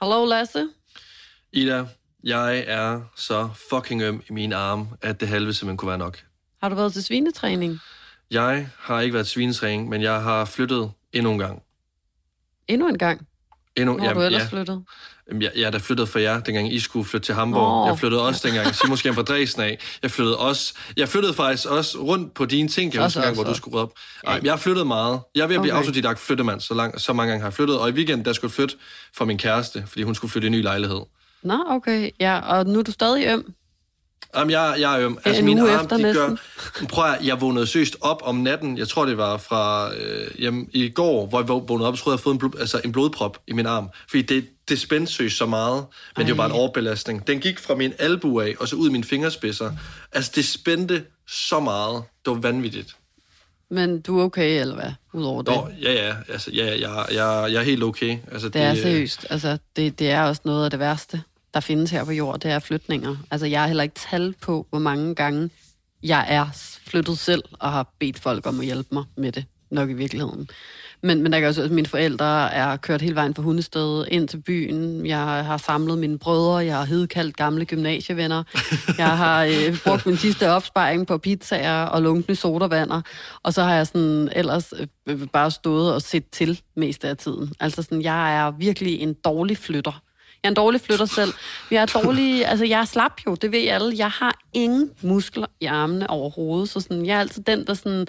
Hallo, Lasse. Ida, jeg er så fucking øm i mine arme, at det halve simpelthen kunne være nok. Har du været til svinetræning? Jeg har ikke været til svinetræning, men jeg har flyttet endnu en gang. Endnu en gang? Hvor har du ellers flyttet? Jeg er da flyttet for jer, dengang I skulle flytte til Hamburg. Jeg flyttede også dengang Simon skal hjem fra Dresden af. Jeg flyttede faktisk også rundt på dine ting, hvor du skulle rydde op. Ej, jeg har flyttet meget. Jeg er ved at blive autodidakt flyttemand, så mange gange har jeg flyttet. Og i weekenden, der skulle jeg flytte for min kæreste, fordi hun skulle flytte i en ny lejlighed. Nå, okay. Ja, og nu er du stadig øm? Jamen, jeg er øm. Altså, mine arme, de gør... Prøv at jeg vågnede søst op om natten. Jeg tror, det var fra i går, hvor jeg vågnede op, så troede jeg, havde fået en blodprop i min arm. Fordi det spændte søst så meget, men det var bare en overbelastning. Den gik fra min albue af, og så ud i mine fingerspidser. Altså, det spændte så meget. Det var vanvittigt. Men du er okay, eller hvad? Udover det? Ja. Altså, jeg er helt okay. Altså, det er seriøst. Altså, det er også noget af det værste, der findes her på jorden, det er flytninger. Altså, jeg har heller ikke tal på, hvor mange gange jeg er flyttet selv, og har bedt folk om at hjælpe mig med det, nok i virkeligheden. Men der kan også, at mine forældre er kørt hele vejen fra Hundested ind til byen. Jeg har samlet mine brødre, jeg har hidkaldt gamle gymnasievenner. Jeg har brugt min sidste opsparing på pizzaer og lunkne sodavander. Og så har jeg sådan ellers bare stået og set til mest af tiden. Altså sådan, jeg er virkelig en dårlig flytter. Jeg er en dårlig flytter selv. Jeg er slap jo, det ved alle. Jeg har ingen muskler i armene overhovedet, så sådan, jeg er altid den, der sådan,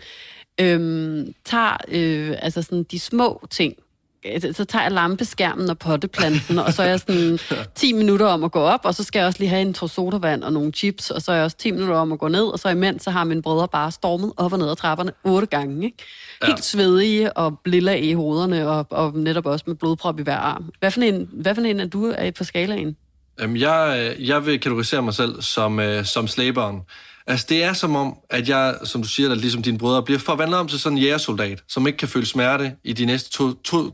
tager sådan de små ting. Så tager jeg lampeskærmen og potteplanten, og så er jeg sådan 10 minutter om at gå op, og så skal jeg også lige have en tår sodavand og nogle chips, og så er jeg også 10 minutter om at gå ned, og så imens så har mine brødre bare stormet op og ned ad trapperne 8 gange. Ikke? Helt svedige og blilla i hovederne, og netop også med blodprop i hver arm. Hvad for en er du på skalaen? Jeg vil kategorisere mig selv som slæberen. Altså, det er som om, at jeg, som du siger, ligesom dine brødre, bliver forvandlet om til sådan en jægersoldat, som ikke kan føle smerte i de næste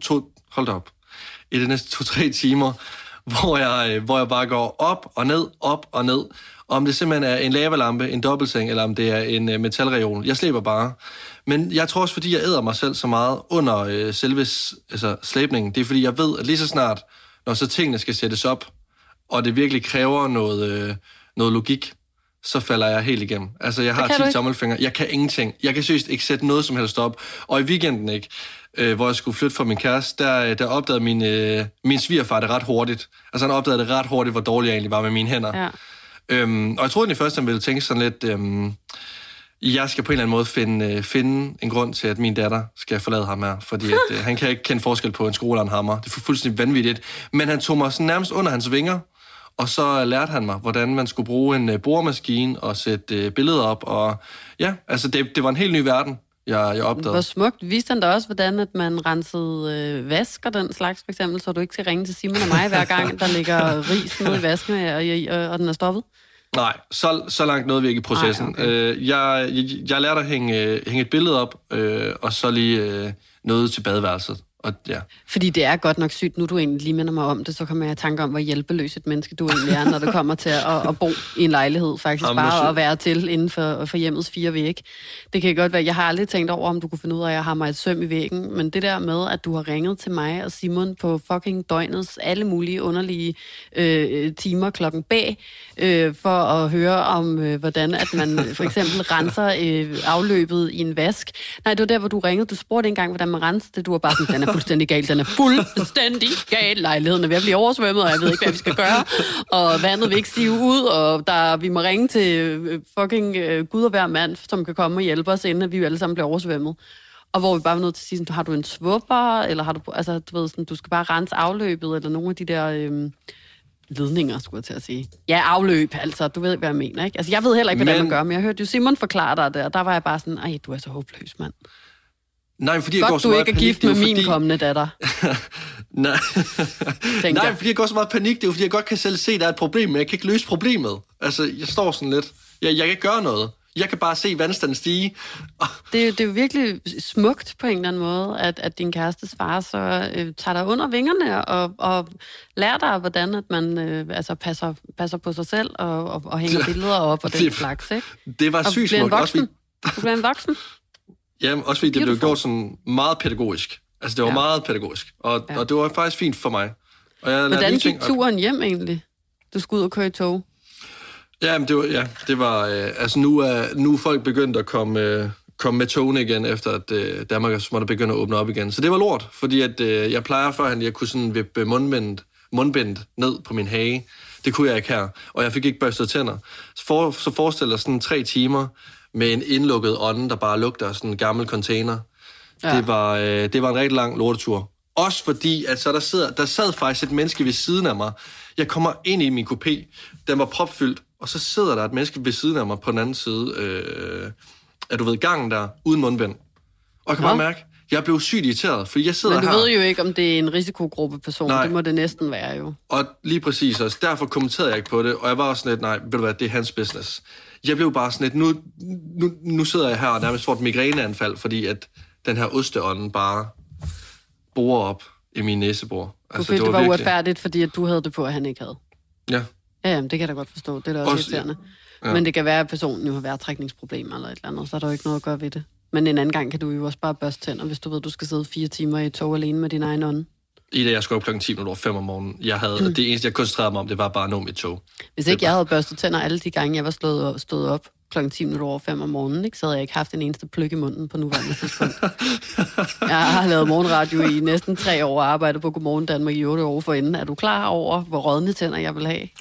i de næste 2-3 timer, hvor jeg bare går op og ned. Og om det simpelthen er en lavalampe, en dobbeltseng, eller om det er en metalreol. Jeg slæber bare. Men jeg tror også, fordi jeg æder mig selv så meget under selve slæbningen, det er fordi, jeg ved, at lige så snart, når så tingene skal sættes op, og det virkelig kræver noget logik, så falder jeg helt igennem. Altså, jeg har 10 tommelfingre. Jeg kan ingenting. Jeg kan seriøst ikke sætte noget som helst op. Og i weekenden, ikke, hvor jeg skulle flytte for min kæreste, der opdagede min svigerfar det ret hurtigt. Altså, han opdagede det ret hurtigt, hvor dårlig jeg egentlig var med mine hænder. Ja. Og jeg troede egentlig først, han ville tænke sådan lidt, jeg skal på en eller anden måde finde en grund til, at min datter skal forlade ham her. Fordi at, han kan ikke kende forskel på en skrue og en hammer. Det er fuldstændig vanvittigt. Men han tog mig sådan nærmest under hans vinger, og så lærte han mig, hvordan man skulle bruge en boremaskine og sætte billeder op. Og ja, altså det var en helt ny verden, jeg opdagede. Hvor smukt. Viste han da også, hvordan at man rensede vask og den slags, for eksempel, så du ikke skal ringe til Simon og mig hver gang, der ligger ris nede i vasken, og den er stoppet? Nej, så langt nåede vi ikke i processen. Ej, okay. Jeg lærte at hænge et billede op, og så lige noget til badeværelset. Og, ja. Fordi det er godt nok sygt, nu du egentlig lige minder mig om det, så kommer jeg i tanke om, hvor hjælpeløs et menneske du egentlig er, når det kommer til at bo i en lejlighed, faktisk bare at være til inden for hjemmets 4 vægge. Det kan godt være, jeg har aldrig tænkt over, om du kunne finde ud af, at jeg har mig et søm i væggen, men det der med, at du har ringet til mig og Simon på fucking døgnets alle mulige underlige timer klokken bag, for at høre om, hvordan at man for eksempel renser afløbet i en vask. Nej, det var der, hvor du ringede. Du spurgte ikke engang, hvordan man renser det. Du var bare sådan, den er fuldstændig gal. Den er fuldstændig gal. Lejligheden er ved at blive oversvømmet, og jeg ved ikke, hvad vi skal gøre. Og vandet vil ikke sive ud, og vi må ringe til fucking Gud og hver mand, som kan komme og hjælpe os, inden at vi alle sammen bliver oversvømmet. Og hvor vi bare var nødt til at sige, sådan, har du en svupper, eller har du, altså, du ved, sådan, du skal bare rense afløbet, eller nogle af de der ledninger, skulle jeg til at sige. Ja, afløb, altså, du ved, hvad jeg mener, ikke? Altså, jeg ved heller ikke, hvordan man gør, men jeg hørte jo Simon forklare dig det, og der var jeg bare sådan, ej, du er så håbløs, mand. Nej, fordi godt, jeg går så meget du ikke er gift med min kommende datter. Nej, fordi jeg går så meget panik, det er jo, fordi jeg godt kan selv se, at der er et problem, men jeg kan ikke løse problemet. Altså, jeg står sådan lidt, jeg kan ikke gøre noget. Jeg kan bare se vandstanden stige. Det er jo virkelig smukt på en eller anden måde, at din kærestes far så tager dig under vingerne og lærer dig, hvordan at man passer på sig selv og hænger billeder op og den slags, ikke? Det var sygt smukt. Du bliver en voksen. Jamen, også fordi det blev gjort sådan meget pædagogisk. Altså, det var meget pædagogisk, og det var faktisk fint for mig. Hvordan gik turen hjem egentlig? Du skulle ud og køre i tog? Jamen, det var altså nu er folk begyndt at komme med togene igen, efter at Danmark måtte begynde at åbne op igen. Så det var lort, fordi at jeg plejer førhen, jeg kunne sådan vippe mundbind ned på min hage. Det kunne jeg ikke her, og jeg fik ikke børstet tænder. Så forestil dig sådan 3 timer med en indlukket ånde, der bare lugter af sådan en gammel container. Ja. Det var en rigtig lang lortetur. Også fordi, at så der sad faktisk et menneske ved siden af mig. Jeg kommer ind i min kupé, den var propfyldt, og så sidder der et menneske ved siden af mig på den anden side af gangen der, uden mundbind. Og jeg kan bare mærke, jeg blev sygt irriteret, fordi jeg sidder her... Men du ved jo ikke, om det er en risikogruppeperson. Nej. Det må det næsten være jo. Og lige præcis også, derfor kommenterede jeg ikke på det, og jeg var også sådan lidt, nej, ved du hvad, det er hans business. Jeg blev bare sådan lidt, nu sidder jeg her og nærmest får et migræneanfald, fordi at den her osteånden bare borer op i min næsebor. Altså, det var uretfærdigt, fordi at du havde det på, at han ikke havde. Ja. Ja, jamen, det kan jeg da godt forstå. Det er da også irriterende. Ja. Men det kan være, at personen jo har vejrtrækningsproblemer eller et eller andet, så er der jo ikke noget at gøre ved det. Men en anden gang kan du jo også bare børste tænder, hvis du ved, du skal sidde 4 timer i et tog alene med din egen ånde. I det, jeg skulle op klokken 10:05 om morgenen. Det eneste, jeg koncentrerede mig om, det var bare at nå mit tog. Hvis ikke jeg havde børstet tænder alle de gange, jeg var stået op klokken 10:05 om morgenen, ikke, så havde jeg ikke haft en eneste pløk i munden på nuværende tidspunkt. Jeg har lavet morgenradio i næsten 3 år og arbejdet på Godmorgen Danmark i 8 år forinden. Er du klar over, hvor rådne tænder jeg vil have?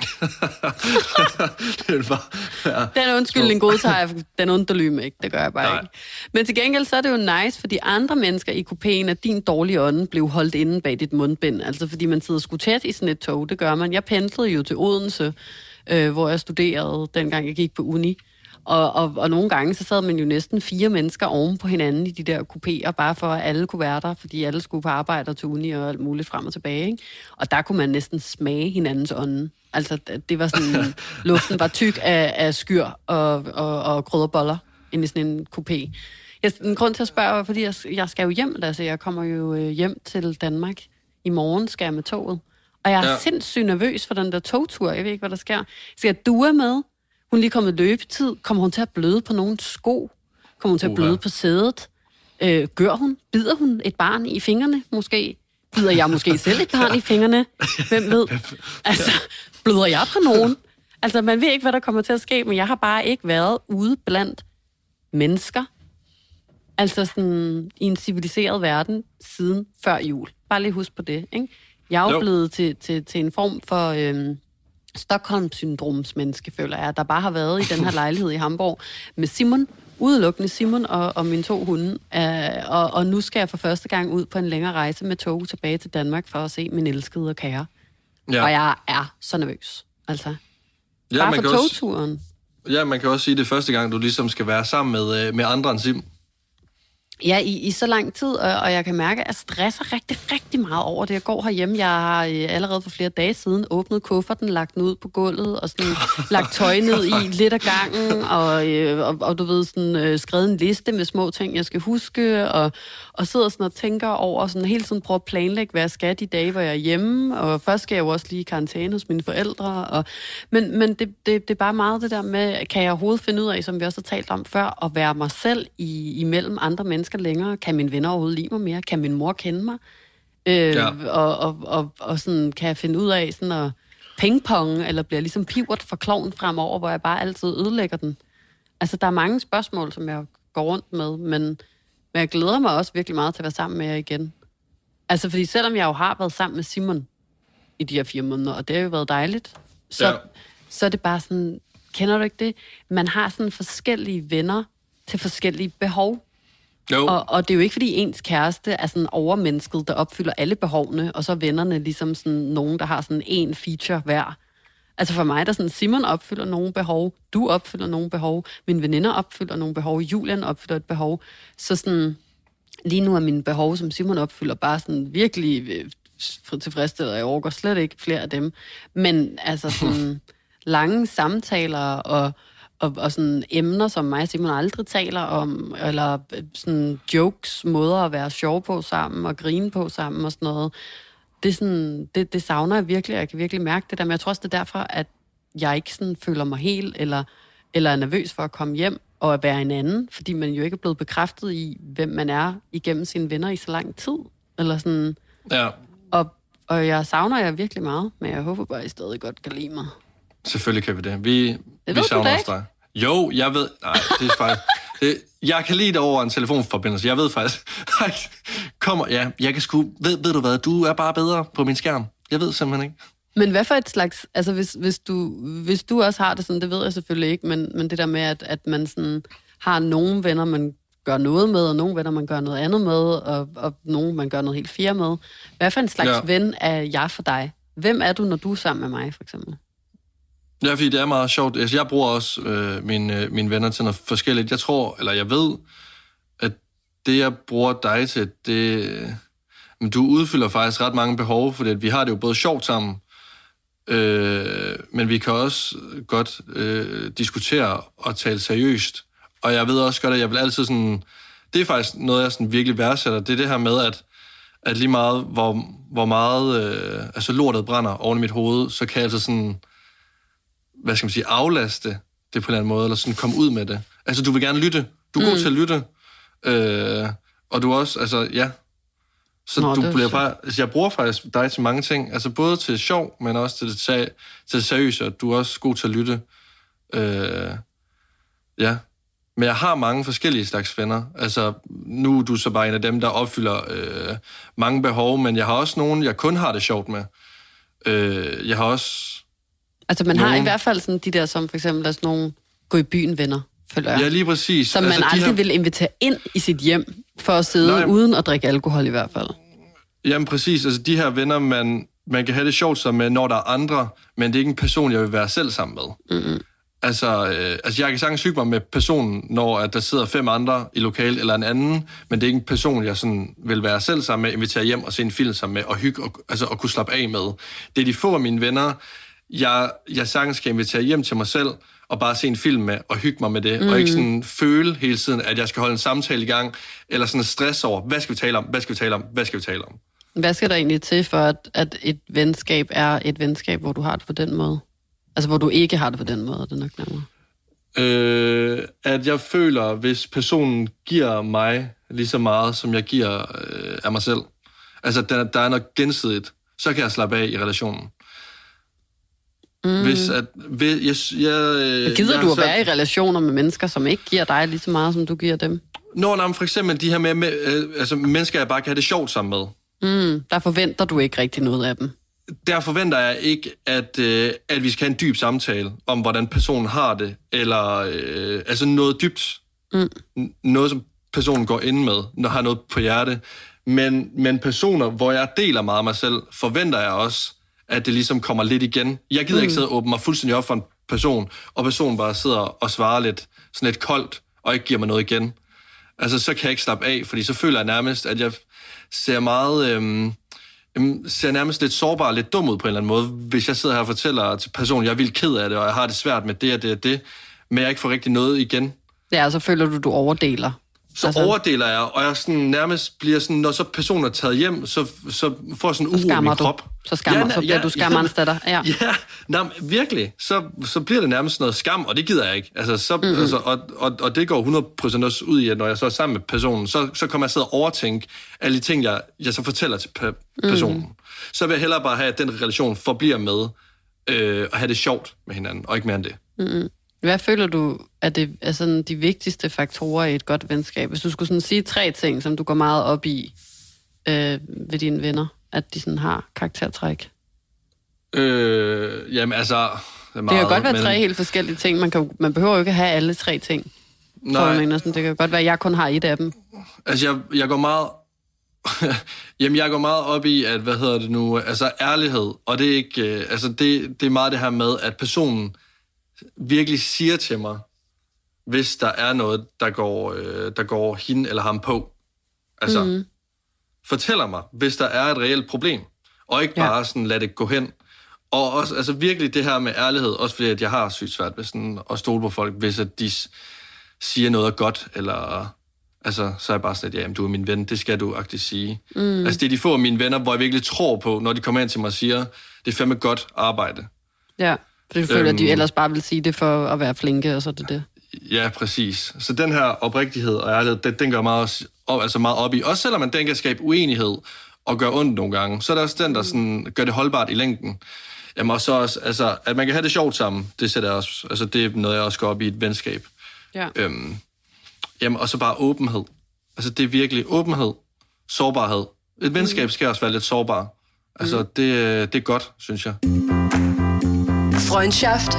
Den undskyldning godtager jeg, den underlyme ikke. Det gør jeg bare ikke. Men til gengæld så er det jo nice, fordi andre mennesker i kupéen, at din dårlige ånde blev holdt inde bag dit mundbind. Altså fordi man sidder sgu tæt i sådan et tog, det gør man. Jeg pendlede jo til Odense, hvor jeg studerede, dengang jeg gik på uni. Og nogle gange, så sad man jo næsten 4 mennesker oven på hinanden i de der kupéer, bare for at alle kunne være der, fordi alle skulle på arbejde og til uni og alt muligt frem og tilbage, ikke? Og der kunne man næsten smage hinandens ånde. Altså, det var sådan, luften var tyk af skyr og krydderboller inde i sådan en kupé. En grund til at spørge var, fordi jeg skal jo hjem, altså jeg kommer jo hjem til Danmark. I morgen skal jeg med toget. Og jeg er sindssygt nervøs for den der togtur. Jeg ved ikke, hvad der sker. Skal jeg due med? Hun er lige kommet løbetid. Kommer hun til at bløde på nogle sko? Kommer hun til at bløde på sædet? Gør hun? Bider hun et barn i fingrene, måske? Bider jeg måske selv et barn i fingrene? Hvem ved? Altså, bløder jeg på nogen? Altså, man ved ikke, hvad der kommer til at ske, men jeg har bare ikke været ude blandt mennesker. Altså sådan i en civiliseret verden siden før jul. Bare lige husk på det, ikke? Jeg er jo blevet til en form for... Stockholm-syndromsmenneske, føler jeg, der bare har været i den her lejlighed i Hamburg med Simon, udelukkende Simon og mine 2 hunde. Og nu skal jeg for første gang ud på en længere rejse med tog tilbage til Danmark for at se min elskede og kære. Ja. Og jeg er så nervøs. Altså, bare for togturen. Ja, man kan også sige, det er første gang, du ligesom skal være sammen med andre end Sim. Ja, i så lang tid, og jeg kan mærke, at jeg stresser rigtig, rigtig meget over det. Jeg går herhjemme, jeg har allerede for flere dage siden åbnet kufferten, lagt den ud på gulvet, og sådan lagt tøj ned i lidt af gangen, og du ved, sådan skrevet en liste med små ting, jeg skal huske, og sidder sådan og tænker over, sådan hele tiden prøver at planlægge, hvad jeg skal de dage, hvor jeg er hjemme, og først skal jeg jo også lige i karantæne hos mine forældre, men det er bare meget det der med, kan jeg overhovedet finde ud af, som vi også har talt om før, at være mig selv imellem andre mennesker længere? Kan mine venner overhovedet lide mig mere? Kan min mor kende mig? Og sådan, kan jeg finde ud af sådan at pingpong, eller bliver ligesom pivot for klovn fremover, hvor jeg bare altid ødelægger den? Altså, der er mange spørgsmål, som jeg går rundt med, men jeg glæder mig også virkelig meget til at være sammen med jer igen. Altså, fordi selvom jeg jo har været sammen med Simon i de her 4 måneder, og det har jo været dejligt, så er det bare sådan, kender du ikke det? Man har sådan forskellige venner til forskellige behov. Og det er jo ikke, fordi ens kæreste er sådan overmennesket, der opfylder alle behovene, og så vennerne ligesom sådan nogen, der har sådan en feature hver. Altså for mig, der sådan, Simon opfylder nogle behov, du opfylder nogle behov, mine veninder opfylder nogle behov, Julian opfylder et behov. Så sådan, lige nu er mine behov, som Simon opfylder, bare sådan virkelig tilfredsstillet, og jeg overgår slet ikke flere af dem. Men altså sådan lange samtaler og sådan emner, som mig og Simon aldrig taler om, eller sådan jokes, måder at være sjov på sammen, og grine på sammen og sådan noget. Det, er sådan, det savner jeg virkelig, og jeg kan virkelig mærke det der, men jeg tror også, det er derfor, at jeg ikke sådan føler mig helt, eller er nervøs for at komme hjem og at være en anden, fordi man jo ikke er blevet bekræftet i, hvem man er igennem sine venner i så lang tid. Eller sådan. Ja. Og jeg savner jer virkelig meget, men jeg håber bare, at I stadig godt kan lide mig. Selvfølgelig kan vi det. Vi savner også dig. Jo, jeg ved... Nej, det er faktisk... jeg kan lide det over en telefonforbindelse. Jeg ved faktisk... Ja, jeg kan sgu... Ved du hvad? Du er bare bedre på min skærm. Jeg ved simpelthen ikke. Men hvad for et slags... Altså, hvis du også har det sådan, det ved jeg selvfølgelig ikke, men det der med, at man sådan har nogle venner, man gør noget med, og nogle venner, man gør noget andet med, og nogle, man gør noget helt fjerde med. Hvad for en slags ven er jeg for dig? Hvem er du, når du er sammen med mig, for eksempel? Ja, fordi det er meget sjovt. Altså, jeg bruger også mine venner til noget forskelligt. Jeg tror, eller jeg ved, at det, jeg bruger dig til, du udfylder faktisk ret mange behov, fordi vi har det jo både sjovt sammen, men vi kan også godt diskutere og tale seriøst. Og jeg ved også godt, at jeg vil altid sådan... Det er faktisk noget, jeg sådan virkelig værdsætter. Det er det her med, at lige meget, hvor meget lortet brænder oven i mit hoved, så kan jeg altså sådan... Hvad skal man sige? Aflaste det på en eller anden måde, eller sådan komme ud med det. Altså, du vil gerne lytte. Du er god til at lytte. Og du også... Altså, ja... Så jeg bruger faktisk dig til mange ting, altså både til sjov, men også til det seriøse, og du er også god til at lytte. Ja. Men jeg har mange forskellige slags venner. Altså, nu er du så bare en af dem, der opfylder mange behov, men jeg har også nogen, jeg kun har det sjovt med. Jeg har også... Altså, man har i hvert fald sådan de der, som for eksempel der er sådan nogle gå i byen venner, føler jeg. Ja, lige præcis. Som man aldrig vil invitere ind i sit hjem, for at sidde uden at drikke alkohol i hvert fald. Jamen præcis, altså de her venner, man kan have det sjovt sammen med, når der er andre, men det er ikke en person, jeg vil være selv sammen med. Mm-hmm. Altså, jeg kan sagtens hygge mig med personen, når at der sidder 5 andre i lokalet eller en anden, men det er ikke en person, jeg sådan vil være selv sammen med, invitere hjem og se en film sammen med, og hygge, og kunne slappe af med. Det er de få af mine venner, jeg sagtens kan invitere hjem til mig selv, og bare se en film med, og hygge mig med det, og ikke sådan føle hele tiden, at jeg skal holde en samtale i gang, eller sådan stress over, hvad skal vi tale om, hvad skal vi tale om, hvad skal vi tale om. Hvad skal der egentlig til for, at et venskab er et venskab, hvor du har det på den måde? Altså, hvor du ikke har det på den måde, er det nok nærmere? At jeg føler, hvis personen giver mig lige så meget, som jeg giver af mig selv, altså, der er noget gensidigt, så kan jeg slappe af i relationen. Hvis at... Gider du at være i relationer med mennesker, som ikke giver dig lige så meget, som du giver dem? For eksempel de her med mennesker, jeg bare kan have det sjovt sammen med. Der forventer du ikke rigtig noget af dem. Der forventer jeg ikke, at vi skal have en dyb samtale om, hvordan personen har det, eller noget dybt. Noget, som personen går ind med, når har noget på hjerte. Men personer, hvor jeg deler meget af mig selv, forventer jeg også, at det ligesom kommer lidt igen. Jeg gider ikke sidde og åbne mig fuldstændig op for en person, og personen bare sidder og svarer sådan lidt koldt, og ikke giver mig noget igen. Altså, så kan jeg ikke slappe af, fordi så føler jeg nærmest, at jeg ser nærmest lidt sårbar og lidt dum ud på en eller anden måde, hvis jeg sidder her og fortæller til personen, jeg er vildt ked af det, og jeg har det svært med det og det og det, men jeg ikke får rigtig noget igen. Ja, så føler du overdeler. Så overdeler jeg, og jeg sådan nærmest bliver sådan, når så personen er taget hjem, så får sådan uro i min krop. Så bliver du skammerens datter. Ja, virkelig. Så bliver det nærmest noget skam, og det gider jeg ikke. Og det går 100% også ud i, at når jeg så er sammen med personen, så kommer jeg sidde og overtænke alle de ting, jeg så fortæller til personen. Så vil jeg hellere bare have, at den relation forbliver med, og have det sjovt med hinanden, og ikke mere end det. Hvad føler du, at det er sådan de vigtigste faktorer i et godt venskab? Hvis du skulle sådan sige 3 ting, som du går meget op i ved dine venner, at de sådan har karaktertræk? Jamen altså... Det kan godt være 3 helt forskellige ting. Man behøver jo ikke at have alle 3 ting. Nej. Det kan godt være, at jeg kun har 1 af dem. Altså, jeg går meget... Jamen, jeg går meget op i, at, ærlighed. Og det er ikke... det er meget det her med, at personen virkelig siger til mig, hvis der er noget, der går hende eller ham på. Altså, fortæller mig, hvis der er et reelt problem, og ikke bare sådan lade det gå hen. Og også, virkelig det her med ærlighed, også fordi at jeg har sygt svært ved sådan at stole på folk, hvis at de siger noget godt, eller så er jeg bare sådan, at jamen, du er min ven, det skal du aktivt sige. Det er de få af mine venner, hvor jeg virkelig tror på, når de kommer ind til mig og siger, det er fandme godt arbejde. Ja. For du føler, at de ellers bare vil sige det for at være flinke, og så er det. Ja, præcis. Så den her oprigtighed og ærlighed, den gør meget op i. Også selvom man kan skabe uenighed og gør ondt nogle gange, så er der også den, der sådan, gør det holdbart i længden. Jamen, og så også, altså, at man kan have det sjovt sammen, det sætter også, altså, det er noget, jeg også går op i et venskab. Ja. Jamen, og så bare åbenhed. Altså, det er virkelig åbenhed, sårbarhed. Et venskab skal også være lidt sårbar. Altså, det er godt, synes jeg. Freundschaft.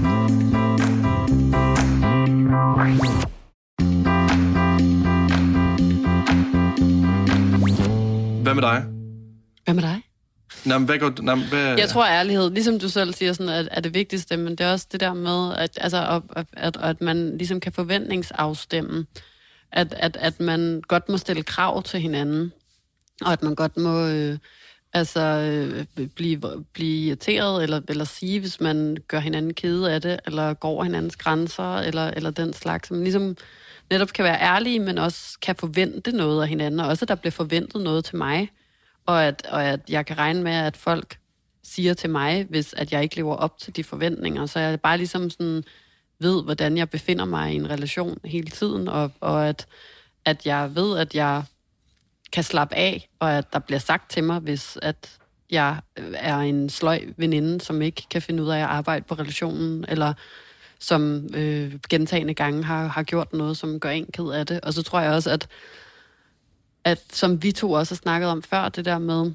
Hvad med dig? Hvad med dig? Hvad... Jeg tror ærlighed, ligesom du selv siger, sådan, er det vigtigste, men det er også det der med, at man ligesom kan forventningsafstemme, at man godt må stille krav til hinanden, og at man godt må blive irriteret, eller sige, hvis man gør hinanden kede af det, eller går over hinandens grænser, eller den slags. Man ligesom netop kan være ærlige, men også kan forvente noget af hinanden, og også at der bliver forventet noget til mig, og at jeg kan regne med, at folk siger til mig, hvis at jeg ikke lever op til de forventninger. Så jeg bare ligesom sådan ved, hvordan jeg befinder mig i en relation hele tiden, og at jeg ved, at jeg kan slappe af, og at der bliver sagt til mig, hvis at jeg er en sløj veninde, som ikke kan finde ud af at arbejde på relationen, eller som gentagne gange har gjort noget, som gør en ked af det. Og så tror jeg også, at som vi to også har snakket om før, det der med,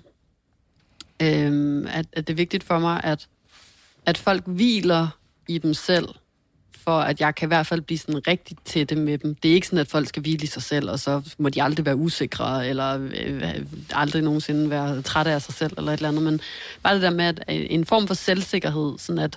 at det er vigtigt for mig, at folk hviler i dem selv, for at jeg kan i hvert fald blive sådan rigtig tætte med dem. Det er ikke sådan, at folk skal hvile i sig selv, og så må de aldrig være usikre, eller aldrig nogensinde være trætte af sig selv, eller et eller andet, men bare det der med, at en form for selvsikkerhed, sådan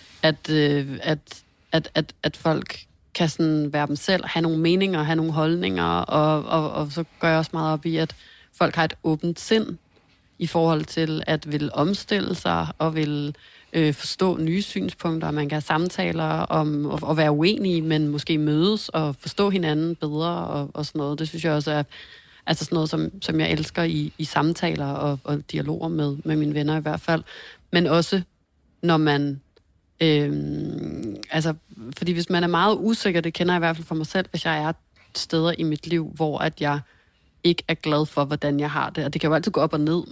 at folk kan sådan være dem selv, have nogle meninger, have nogle holdninger, og så gør jeg også meget op i, at folk har et åbent sind i forhold til at vil omstille sig og vil forstå nye synspunkter, og man kan have samtaler om at være uenige, men måske mødes og forstå hinanden bedre og sådan noget. Det synes jeg også er altså sådan noget, som jeg elsker i samtaler og dialoger med mine venner i hvert fald. Men også når man fordi hvis man er meget usikker, det kender jeg i hvert fald for mig selv, hvis jeg er steder i mit liv, hvor at jeg ikke er glad for, hvordan jeg har det. Og det kan jo altid gå op og ned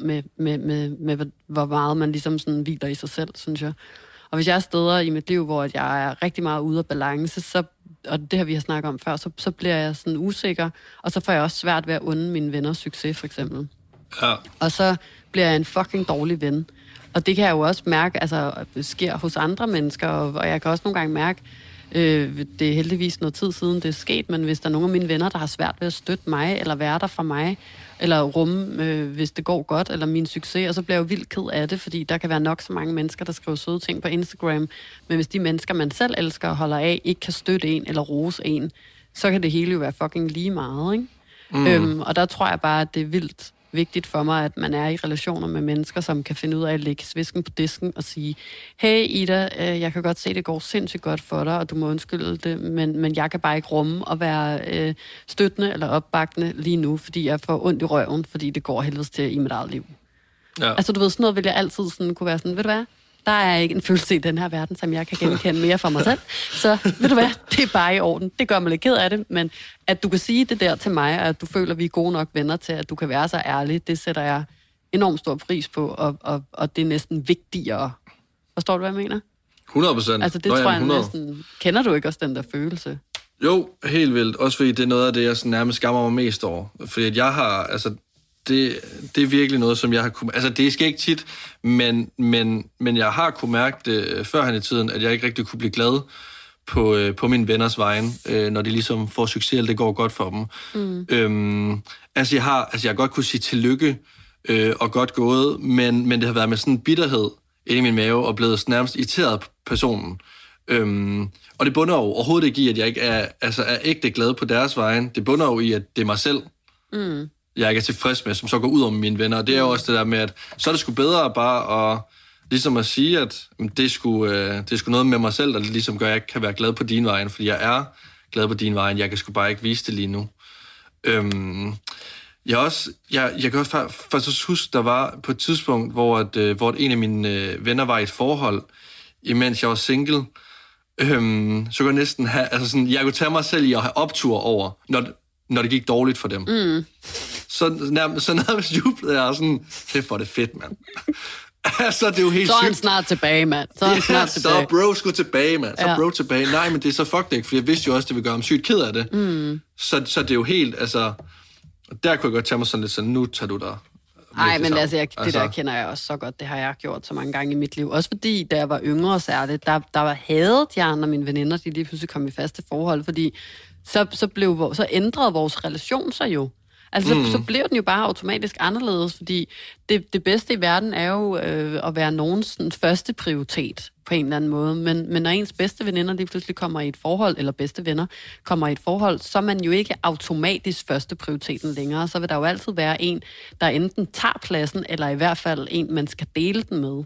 med hvor meget man ligesom sådan hviler i sig selv, synes jeg. Og hvis jeg er steder i mit liv, hvor jeg er rigtig meget ude af balance, så, og det har vi har snakket om før, så bliver jeg sådan usikker, og så får jeg også svært ved at unde mine venners succes, for eksempel. Ja. Og så bliver jeg en fucking dårlig ven. Og det kan jeg jo også mærke, altså sker hos andre mennesker, og jeg kan også nogle gange mærke, det er heldigvis noget tid siden, det er sket, men hvis der er nogle af mine venner, der har svært ved at støtte mig, eller være der for mig, eller rumme, hvis det går godt, eller min succes, og så bliver jeg jo vildt ked af det, fordi der kan være nok så mange mennesker, der skriver søde ting på Instagram, men hvis de mennesker, man selv elsker og holder af, ikke kan støtte en, eller rose en, så kan det hele jo være fucking lige meget, ikke? Og der tror jeg bare, at det er vildt vigtigt for mig, at man er i relationer med mennesker, som kan finde ud af at lægge svisken på disken og sige, hey Ida, jeg kan godt se, det går sindssygt godt for dig, og du må undskylde det, men jeg kan bare ikke rumme at være støttende eller opbakkende lige nu, fordi jeg får ondt i røven, fordi det går helvedes til i mit eget liv. Ja. Altså du ved, sådan noget vil jeg altid sådan kunne være sådan, ved du hvad? Der er ikke en følelse i den her verden, som jeg kan genkende mere for mig selv. Så ved du hvad, det er bare i orden. Det gør mig lidt ked af det, men at du kan sige det der til mig, og at du føler, at vi er gode nok venner til, at du kan være så ærlig, det sætter jeg enormt stor pris på, og det er næsten vigtigere. Forstår du, hvad jeg mener? 100%. Altså det tror jeg næsten... Kender du ikke også den der følelse? Jo, helt vildt. Også fordi det er noget af det, jeg sådan nærmest skammer mig mest over. Fordi at jeg har... Altså det er virkelig noget, som jeg har kunne... Altså, det sker ikke tit, men jeg har kunne mærke det førhen i tiden, at jeg ikke rigtig kunne blive glad på mine venners vejen, når de ligesom får succes, eller det går godt for dem. Jeg har godt kunne sige tillykke og godt gået, men det har været med sådan en bitterhed inde i min mave, og blevet nærmest irriteret på personen. Og det bunder jo overhovedet ikke i, at jeg ikke er ægte glad på deres vejen. Det bunder jo i, at det er mig selv, jeg ikke er tilfreds med, som så går ud over mine venner. Og det er jo også det der med, at så er det sgu bedre bare at, ligesom at sige, at det er sgu noget med mig selv, der ligesom gør, at jeg ikke kan være glad på din vejen, fordi jeg er glad på din vejen. Jeg kan sgu bare ikke vise det lige nu. Jeg kan også faktisk huske, der var på et tidspunkt, hvor en af mine venner var i et forhold, imens jeg var single. Så kunne jeg næsten have, jeg kunne tage mig selv i at have optur over, når det gik dårligt for dem. så nærmest jublede jeg sådan, det får det fedt, mand. Altså, det er jo helt sygt. Så er han sygt. snart tilbage, mand. Så er så er bro sgu tilbage, mand. Så er bro tilbage. Nej, men det er så fucked ikke, for jeg vidste jo også, det ville gøre ham sygt ked af det. Så det er jo helt, altså... Der kunne jeg godt tage mig sådan lidt, så nu tager du der. Nej, men altså, det der kender jeg også så godt. Det har jeg gjort så mange gange i mit liv. Også fordi, da jeg var yngre særligt, der var hadet de andre mine veninder, de lige pludselig kom i faste forhold, fordi så ændrede vores relation sig jo. Altså, så blev den jo bare automatisk anderledes, fordi det bedste i verden er jo at være nogens sådan, første prioritet på en eller anden måde. Men når ens bedste veninder lige pludselig kommer i et forhold, eller bedste venner kommer i et forhold, så er man jo ikke automatisk første prioriteten længere. Så vil der jo altid være en, der enten tager pladsen, eller i hvert fald en, man skal dele den med.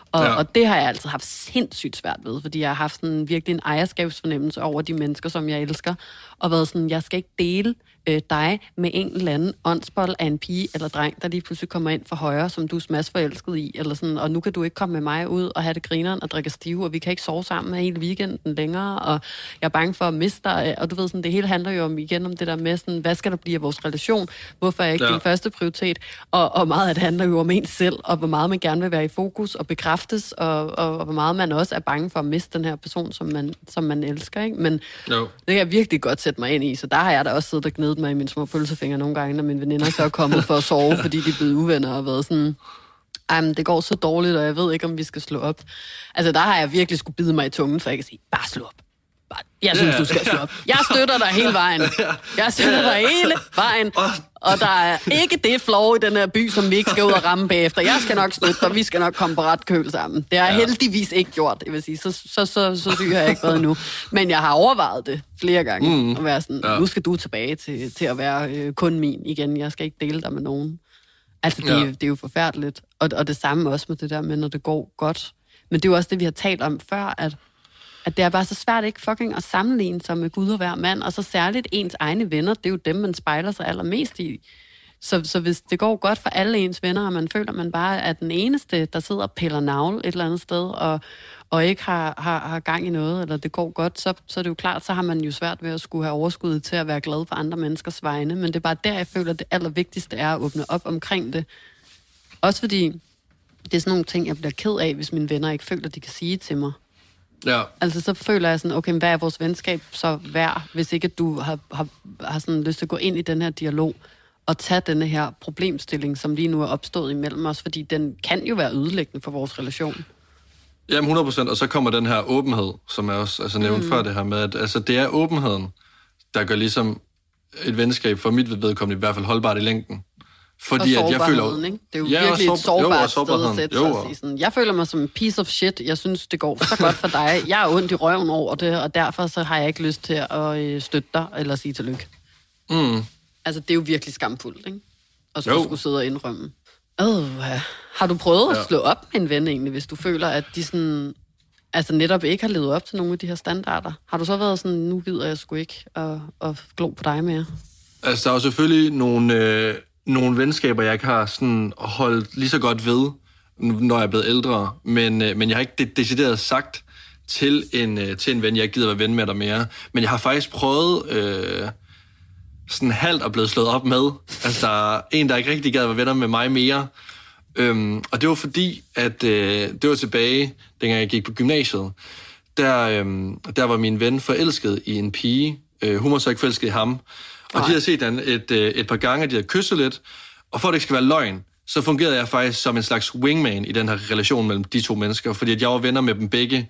Og det har jeg altid haft sindssygt svært ved, fordi jeg har haft sådan virkelig en ejerskabsfornemmelse over de mennesker, som jeg elsker, og været sådan, jeg skal ikke dele dig med en eller anden åndsbold af en pige eller dreng, der lige pludselig kommer ind for højre, som du er smadsforelsket i, eller sådan, og nu kan du ikke komme med mig ud og have det grineren og drikke stive, og vi kan ikke sove sammen hele weekenden længere, og jeg er bange for at miste dig, og du ved sådan, det hele handler jo om det der med sådan, hvad skal der blive af vores relation, hvorfor er jeg ikke din første prioritet, og meget af det handler jo om en selv, og hvor meget man gerne vil være i fokus og bekræftes, og hvor meget man også er bange for at miste den her person, som man elsker, ikke? Men det kan jeg virkelig godt sætte mig ind i, så der har jeg da også siddet og gnedet mig i mine små pølsefingre nogle gange, når mine veninder så er kommet for at sove, fordi de er blevet uvenner og været sådan, men det går så dårligt, og jeg ved ikke, om vi skal slå op. Altså, der har jeg virkelig skulle bide mig i tungen, for jeg kan sige, bare slå op. Jeg synes, du skal slå op. Jeg støtter dig hele vejen. Jeg støtter dig hele vejen. Og der er ikke det flow i den her by, som vi ikke skal ud og ramme bagefter. Jeg skal nok støtte dig, vi skal nok komme på ret køl sammen. Det har jeg heldigvis ikke gjort, jeg vil sige. Så syg har jeg ikke været endnu. Men jeg har overvejet det flere gange. At være sådan, nu skal du tilbage til at være kun min igen. Jeg skal ikke dele dig med nogen. Altså, det er jo forfærdeligt. Og det samme også med det der med, når det går godt. Men det er jo også det, vi har talt om før, at det er bare så svært ikke fucking at sammenligne sig med Gud og hver mand, og så særligt ens egne venner, det er jo dem, man spejler sig allermest i. Så hvis det går godt for alle ens venner, og man føler, man bare er den eneste, der sidder og piller navl et eller andet sted, og ikke har gang i noget, eller det går godt, så er det jo klart, så har man jo svært ved at skulle have overskud til at være glad for andre menneskers vegne. Men det er bare der, jeg føler, at det allervigtigste er at åbne op omkring det. Også fordi det er sådan nogle ting, jeg bliver ked af, hvis mine venner ikke føler, de kan sige til mig. Ja. Altså, så føler jeg sådan, okay, hvad er vores venskab så værd, hvis ikke du har sådan lyst til at gå ind i den her dialog og tage denne her problemstilling, som lige nu er opstået imellem os, fordi den kan jo være ødelæggende for vores relation. Jamen 100%, og så kommer den her åbenhed, som jeg også nævnte før det her med, at altså, det er åbenheden, der gør ligesom et venskab for mit vedkommende i hvert fald holdbart i længden. Fordi og at jeg føler... ikke? Det er jo virkelig et sårbart sted at sætte sig og sige sådan, jeg føler mig som en piece of shit, jeg synes, det går så godt for dig, jeg er ondt i røven over det, og derfor så har jeg ikke lyst til at støtte dig, eller sige tillykke. Altså, det er jo virkelig skamfuldt, ikke? Og så skulle sidde og indrømme. Har du prøvet at slå op med en ven egentlig, hvis du føler, at de sådan... Altså netop ikke har levet op til nogle af de her standarder? Har du så været sådan, nu gider jeg sgu ikke at glo på dig mere? Altså, der er jo selvfølgelig nogle venskaber, jeg ikke har sådan holdt lige så godt ved, når jeg er blevet ældre, men jeg har ikke decideret sagt til en ven, jeg ikke gider være ven med dig mere. Men jeg har faktisk prøvet sådan halvt at blive slået op med. Altså, der er en, der ikke rigtig gad være venner med mig mere. Og det var fordi, at det var tilbage, dengang jeg gik på gymnasiet. Der var min ven forelsket i en pige. Hun var så ikke forelsket i ham. Og de havde set den et par gange, de havde kysset lidt. Og for at det ikke skal være løgn, så fungerede jeg faktisk som en slags wingman i den her relation mellem de to mennesker. Fordi at jeg var venner med dem begge.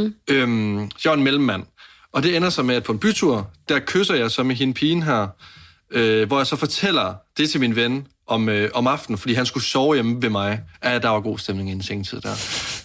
Så jeg var en mellemmand. Og det ender så med, at på en bytur, der kysser jeg så med hende pigen her. Hvor jeg så fortæller det til min ven om aftenen, fordi han skulle sove hjemme ved mig. Ja, der var god stemning inden sengetid der.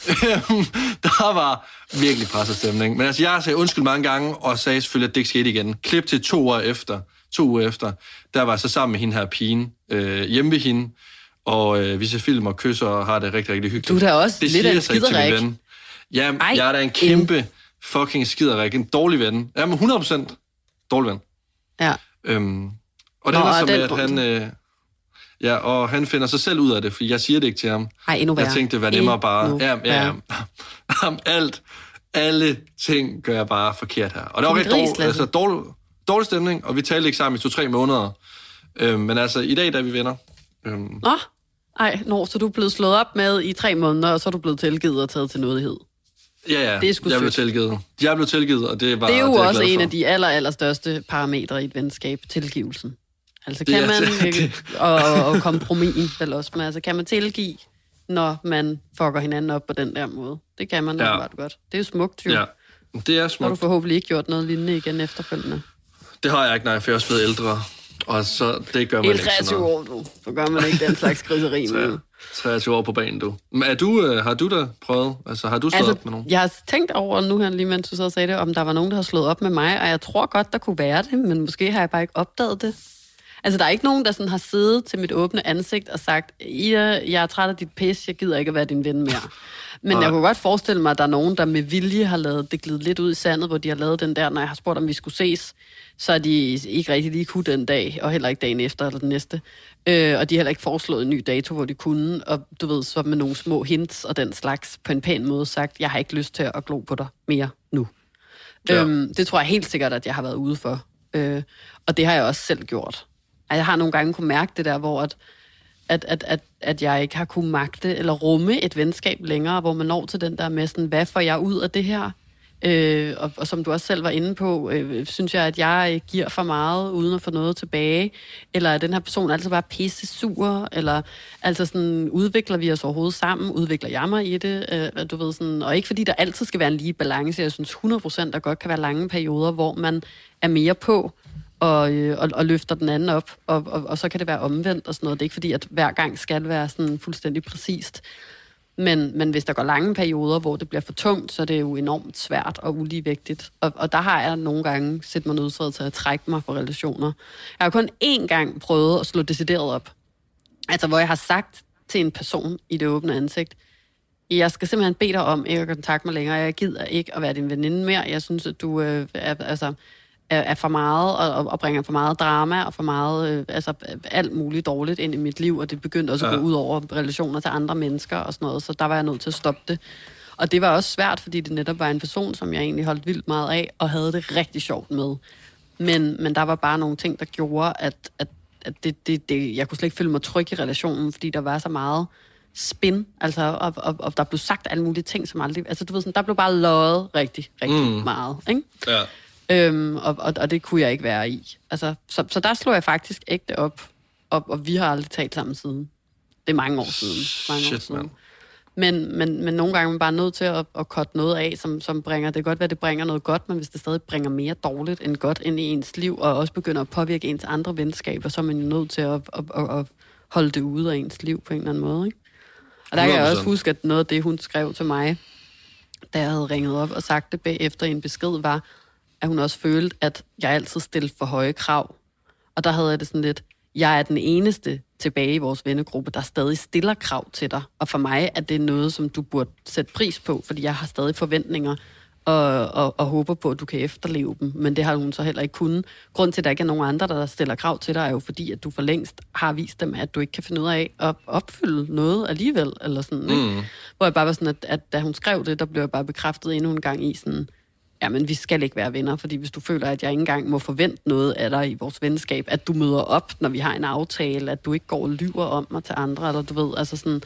Der var virkelig presset stemning. Men altså, jeg sagde undskyld mange gange, og sagde selvfølgelig, at det ikke skete igen. Klip til 2 uger efter, der var jeg så sammen med hende her pigen, hjemme ved hende, og vi ser film og kysser og har det rigtig, rigtig hyggeligt. Du er da også lidt af en skiderik. Ja, jeg er da en kæmpe fucking skiderik. En dårlig ven. Jamen 100% dårlig ven. Ja. Og det er så med, at han... og han finder sig selv ud af det, fordi jeg siger det ikke til ham. Endnu værre. Jeg tænkte, det var nemmere bare... Alle ting gør jeg bare forkert her. Og det var rigtig dårlig stemning, og vi talte ikke sammen i 2-3 måneder. Men altså, i dag, da vi venner... Så du er blevet slået op med i 3 måneder, og så er du blevet tilgivet og taget til nådighed. Ja, det er sgu jeg blev tilgivet. Jeg blev tilgivet, og det var... Det er jo også en af de allerstørste parametre i et venskab, tilgivelsen. Altså kan man... og kompromissen vel også, men altså kan man tilgive, når man fucker hinanden op på den der måde? Det kan man nok godt. Det er jo smukt, jo. Ja, det er smukt. Har du forhåbentlig ikke gjort noget lignende igen efterfølgende? Det har jeg ikke, nej, for jeg er også blevet ældre. Og så, det gør man ikke 23 år, du. Så gør man ikke den slags griseri med. 23 år på banen, du. Men har du da prøvet? Altså, har du slået op med nogen? Jeg har tænkt over nu her, lige mens du så sagde det, om der var nogen, der har slået op med mig, og jeg tror godt, der kunne være det, men måske har jeg bare ikke opdaget det. Altså, der er ikke nogen, der sådan har siddet til mit åbne ansigt og sagt, Ida, jeg er træt af dit pis, jeg gider ikke at være din ven mere. Men jeg kunne godt forestille mig, at der er nogen, der med vilje har lavet det glide lidt ud i sandet, hvor de har lavet den der, når jeg har spurgt, om vi skulle ses, så er de ikke rigtig lige kunne den dag, og heller ikke dagen efter eller den næste. Og de har heller ikke foreslået en ny dato, hvor de kunne, og du ved, så med nogle små hints og den slags på en pæn måde sagt, jeg har ikke lyst til at glo på dig mere nu. Ja. Det tror jeg helt sikkert, at jeg har været ude for. Og det har jeg også selv gjort. Jeg har nogle gange kunne mærke det der, hvor at jeg ikke har kunne magte eller rumme et venskab længere, hvor man når til den der med sådan, hvad får jeg ud af det her? Og som du også selv var inde på, synes jeg, at jeg giver for meget, uden at få noget tilbage, eller er den her person altid bare pisse sur, eller altså sådan, udvikler vi os overhovedet sammen, udvikler jeg mig i det, du ved sådan, og ikke fordi der altid skal være en lige balance, jeg synes 100% der godt kan være lange perioder, hvor man er mere på, og løfter den anden op, og så kan det være omvendt og sådan noget. Det er ikke fordi, at hver gang skal være sådan fuldstændig præcist. Men hvis der går lange perioder, hvor det bliver for tungt, så er det jo enormt svært og uligevægtigt. Og der har jeg nogle gange set mig nødsaget til at trække mig fra relationer. Jeg har kun én gang prøvet at slå decideret op. Altså, hvor jeg har sagt til en person i det åbne ansigt, jeg skal simpelthen bede dig om ikke at kontakte mig længere. Jeg gider ikke at være din veninde mere. Jeg synes, at du er for meget og bringer for meget drama og for meget alt muligt dårligt ind i mit liv, og det begyndte også at gå ud over relationer til andre mennesker og sådan noget, så der var jeg nødt til at stoppe det. Og det var også svært, fordi det netop var en person, som jeg egentlig holdt vildt meget af, og havde det rigtig sjovt med. Men der var bare nogle ting, der gjorde, at jeg kunne slet ikke føle mig tryg i relationen, fordi der var så meget spin, altså, og der blev sagt alle mulige ting, som aldrig... Altså, du ved sådan, der blev bare løjet rigtig meget, ikke? Ja. Og det kunne jeg ikke være i. Altså, så der slog jeg faktisk ægte op, og vi har aldrig talt sammen siden. Det er mange år siden. Men nogle gange er man bare nødt til at cutte noget af, som bringer... Det kan godt være, det bringer noget godt, men hvis det stadig bringer mere dårligt end godt ind i ens liv, og også begynder at påvirke ens andre venskaber, så er man jo nødt til at holde det ude af ens liv på en eller anden måde, ikke? Og der kan jeg også huske, at noget af det, hun skrev til mig, da jeg havde ringet op og sagt det bagefter i en besked, var, at hun også følte, at jeg altid stillede for høje krav. Og der havde jeg det sådan lidt, jeg er den eneste tilbage i vores vennegruppe, der stadig stiller krav til dig. Og for mig er det noget, som du burde sætte pris på, fordi jeg har stadig forventninger og håber på, at du kan efterleve dem. Men det har hun så heller ikke kunnet. Grunden til, at der ikke er nogen andre, der stiller krav til dig, er jo fordi, at du for længst har vist dem, at du ikke kan finde ud af at opfylde noget alligevel. Eller sådan, ikke? Hvor jeg bare var sådan, at da hun skrev det, der blev jeg bare bekræftet endnu en gang i sådan, jamen, vi skal ikke være venner, fordi hvis du føler, at jeg ikke engang må forvente noget af dig i vores venskab, at du møder op, når vi har en aftale, at du ikke går og lyver om mig til andre, eller du ved, altså sådan,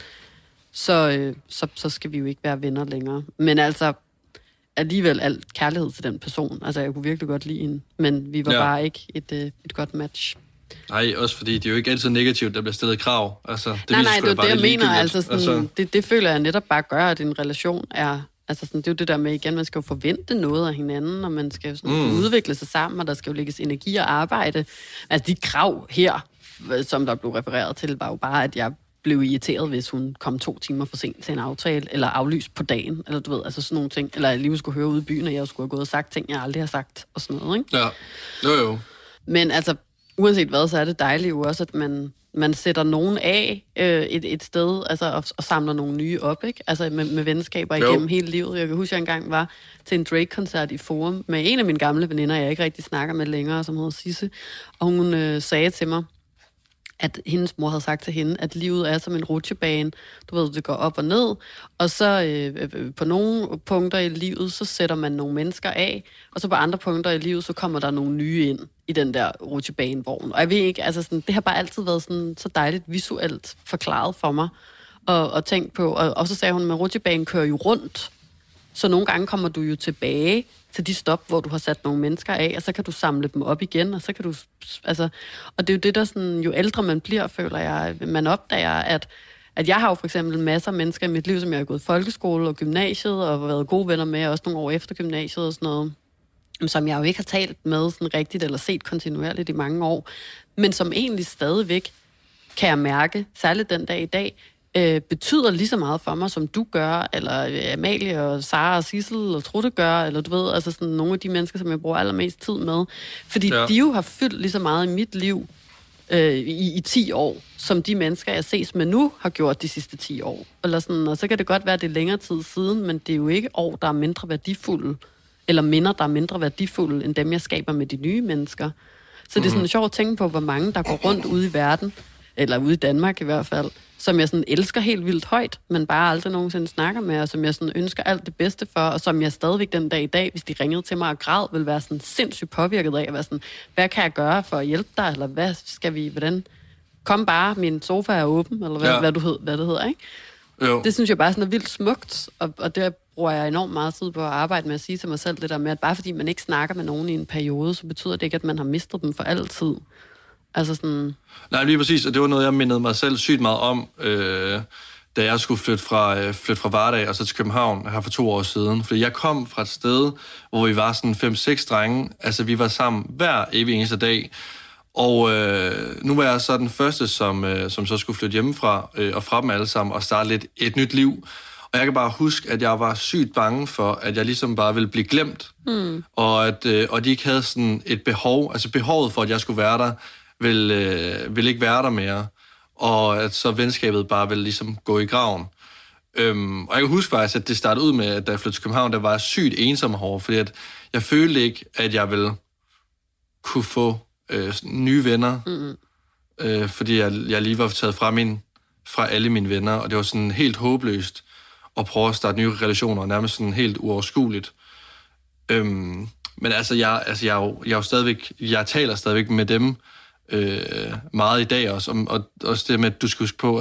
så skal vi jo ikke være venner længere. Men altså, alligevel alt kærlighed til den person. Altså, jeg kunne virkelig godt lide hende, men vi var bare ikke et godt match. Nej, også fordi det er jo ikke altid negativt, der bliver stillet krav. Altså, det nej, det er det, jeg mener. Altså, sådan, det føler jeg netop bare gør, at en relation er... Altså, sådan, det er jo det der med, igen, man skal jo forvente noget af hinanden, og man skal jo sådan, udvikle sig sammen, og der skal jo lægges energi og arbejde. Altså, de krav her, som der blev refereret til, var jo bare, at jeg blev irriteret, hvis hun kom 2 timer for sent til en aftale, eller aflyst på dagen, eller du ved, altså sådan nogle ting. Eller jeg lige skulle høre ude i byen, og jeg skulle have gået og sagt ting, jeg aldrig har sagt, og sådan noget, ikke? Ja, jo. Men altså, uanset hvad, så er det dejligt jo også, at man sætter nogen af et sted, altså og samler nogle nye op, ikke? Altså med venskaber igennem hele livet. Jeg kan huske, at jeg engang var til en Drake-koncert i Forum med en af mine gamle veninder, jeg ikke rigtig snakker med længere, som hedder Sisse. Og hun sagde til mig, at hendes mor havde sagt til hende, at livet er som en rutsjebane. Du ved, det går op og ned, og så på nogle punkter i livet, så sætter man nogle mennesker af, og så på andre punkter i livet, så kommer der nogle nye ind i den der rutsjebanevogn. Og jeg ved ikke, altså sådan, det har bare altid været sådan, så dejligt visuelt forklaret for mig, og tænkt på, og så sagde hun, at rutsjebanen kører jo rundt, så nogle gange kommer du jo tilbage til de stop, hvor du har sat nogle mennesker af, og så kan du samle dem op igen, og så kan du, altså, og det er jo det, der sådan, jo ældre man bliver, føler jeg, man opdager, at jeg har jo for eksempel masser af mennesker i mit liv, som jeg har gået i folkeskole og gymnasiet, og været gode venner med, også nogle år efter gymnasiet og sådan noget, som jeg jo ikke har talt med sådan rigtigt, eller set kontinuerligt i mange år, men som egentlig stadigvæk, kan jeg mærke, særligt den dag i dag, betyder lige så meget for mig, som du gør, eller Amalie og Sara og Sissel og Trutte gør, eller du ved, altså sådan nogle af de mennesker, som jeg bruger allermest tid med. Fordi de jo har fyldt lige så meget i mit liv i 10 år, som de mennesker, jeg ses med nu, har gjort de sidste 10 år. Eller sådan, og så kan det godt være, at det er længere tid siden, men det er jo ikke år, der er mindre værdifulde, eller minder, der er mindre værdifulde, end dem, jeg skaber med de nye mennesker. Så det er sådan sjovt at tænke på, hvor mange, der går rundt ude i verden, eller ude i Danmark i hvert fald, som jeg sådan elsker helt vildt højt, men bare aldrig nogensinde snakker med, og som jeg sådan ønsker alt det bedste for, og som jeg stadigvæk den dag i dag, hvis de ringede til mig og græd, vil være sådan sindssygt påvirket af, at være sådan, hvad kan jeg gøre for at hjælpe dig, eller hvad skal vi, hvordan, kom bare, min sofa er åben, eller hvad det hedder, ikke? Jo. Det synes jeg bare sådan er vildt smukt, og det bruger jeg enormt meget tid på at arbejde med at sige til mig selv, det der med, at bare fordi man ikke snakker med nogen i en periode, så betyder det ikke, at man har mistet dem for altid. Altså sådan... Nej, lige præcis, og det var noget, jeg mindede mig selv sygt meget om, da jeg skulle flytte fra Vardag og så til København her for 2 år siden. Fordi jeg kom fra et sted, hvor vi var sådan 5-6 drenge, altså vi var sammen hver evig eneste dag, og nu var jeg så den første, som så skulle flytte hjemmefra, og fra dem alle sammen, og starte et nyt liv. Og jeg kan bare huske, at jeg var sygt bange for, at jeg ligesom bare ville blive glemt, og de ikke havde sådan et behov, altså behovet for, at jeg skulle være der, vil ikke være der mere, og at så venskabet bare vil ligesom gå i graven. Og jeg kan huske faktisk, at det startede ud med, at da jeg flyttede til København, der var jeg sygt ensom herovre, fordi at jeg følte ikke, at jeg ville kunne få nye venner, fordi jeg lige var taget fra alle mine venner, og det var sådan helt håbløst at prøve at starte nye relationer, nærmest sådan helt uoverskueligt. Men altså, jeg taler stadigvæk med dem meget i dag også, og også det med, at du skal huske på,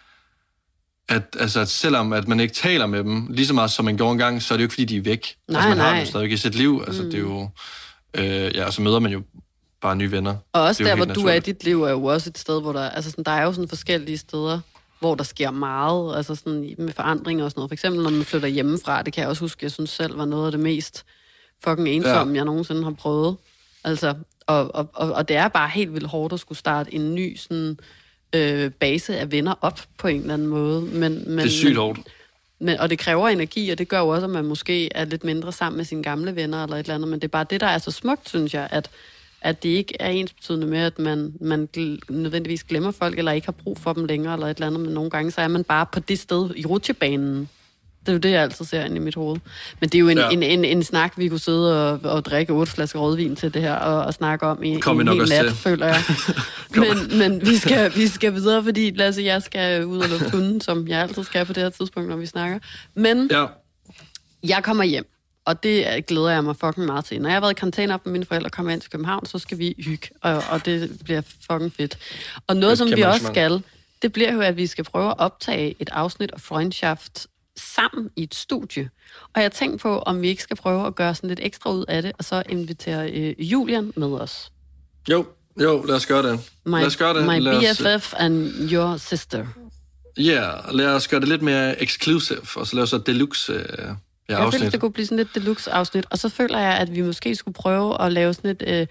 at selvom at man ikke taler med dem lige så meget, som man gjorde engang, så er det jo ikke, fordi de er væk. Nej, altså, man har dem stadigvæk i sit liv. Altså, det er jo... og så møder man jo bare nye venner. Og også der, hvor du er i dit liv, er jo også et sted, hvor der... Altså, sådan, der er jo sådan forskellige steder, hvor der sker meget, altså sådan med forandringer og sådan noget. For eksempel, når man flytter hjemmefra, det kan jeg også huske, jeg synes selv var noget af det mest fucking ensomme, jeg nogensinde har prøvet. Altså... Og det er bare helt vildt hårdt at skulle starte en ny sådan, base af venner op på en eller anden måde. Men, det er sygt hårdt. Og det kræver energi, og det gør jo også, at man måske er lidt mindre sammen med sine gamle venner eller et eller andet. Men det er bare det, der er så smukt, synes jeg, at det ikke er ensbetydende med, at man nødvendigvis glemmer folk, eller ikke har brug for dem længere, eller et eller andet. Men nogle gange, så er man bare på det sted i rutsjebanen. Det er jo det, jeg altid ser inde i mit hoved. Men det er jo en snak, vi kunne sidde og drikke 8 flasker rødvin til det her, og snakke om i en hel nat, føler jeg. men vi skal videre, fordi Lasse, jeg skal ud og lukke hunden, som jeg altid skal på det her tidspunkt, når vi snakker. Men jeg kommer hjem, og det glæder jeg mig fucking meget til. Når jeg har været i karantæne op med mine forældre og kommer ind til København, så skal vi hygge, og det bliver fucking fedt. Og noget, som vi også skal, det bliver jo, at vi skal prøve at optage et afsnit af Freundschaft sammen i et studie. Og jeg tænkte på, om vi ikke skal prøve at gøre sådan lidt ekstra ud af det, og så invitere Julian med os. Jo, lad os gøre det. My BFF and your sister. Ja, lad os gøre det lidt mere exclusive, og så lave så deluxe afsnit. Jeg føler, det kunne blive sådan lidt deluxe afsnit, og så føler jeg, at vi måske skulle prøve at lave sådan et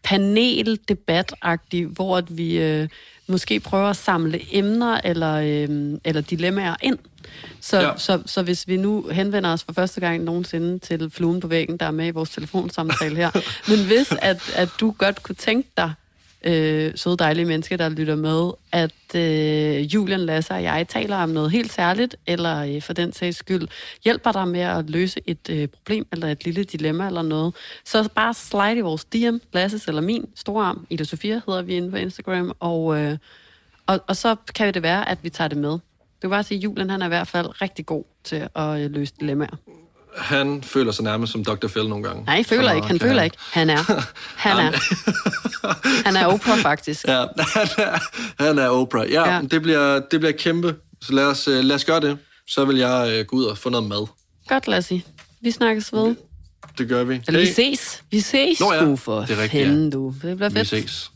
paneldebat-agtigt, hvor vi måske prøver at samle emner eller dilemmaer ind. Så hvis vi nu henvender os for første gang nogensinde til fluen på væggen, der er med i vores telefonsamtale her, men hvis at du godt kunne tænke dig, søde dejlige mennesker, der lytter med, at Julian, Lasse og jeg taler om noget helt særligt, eller for den sags skyld hjælper dig med at løse et problem, eller et lille dilemma eller noget, så bare slide i vores DM, Lasses eller min store arm, Ida Sofia hedder vi inde på Instagram, Og så kan det være, at vi tager det med. Du kan bare sige, at Julian han er i hvert fald rigtig god til at løse dilemmaer. Han føler sig nærmest som Dr. Phil nogle gange. Nej, han føler ikke. Han er. Han er Oprah, faktisk. Ja, han er Oprah. Ja. Det bliver kæmpe. Så lad os gøre det. Så vil jeg gå ud og få noget mad. Godt, Lassie. Vi snakkes ved. Det gør vi. Eller vi ses. Vi ses, Nå ja, du for det er rigtigt, du. Det bliver fedt. Vi ses.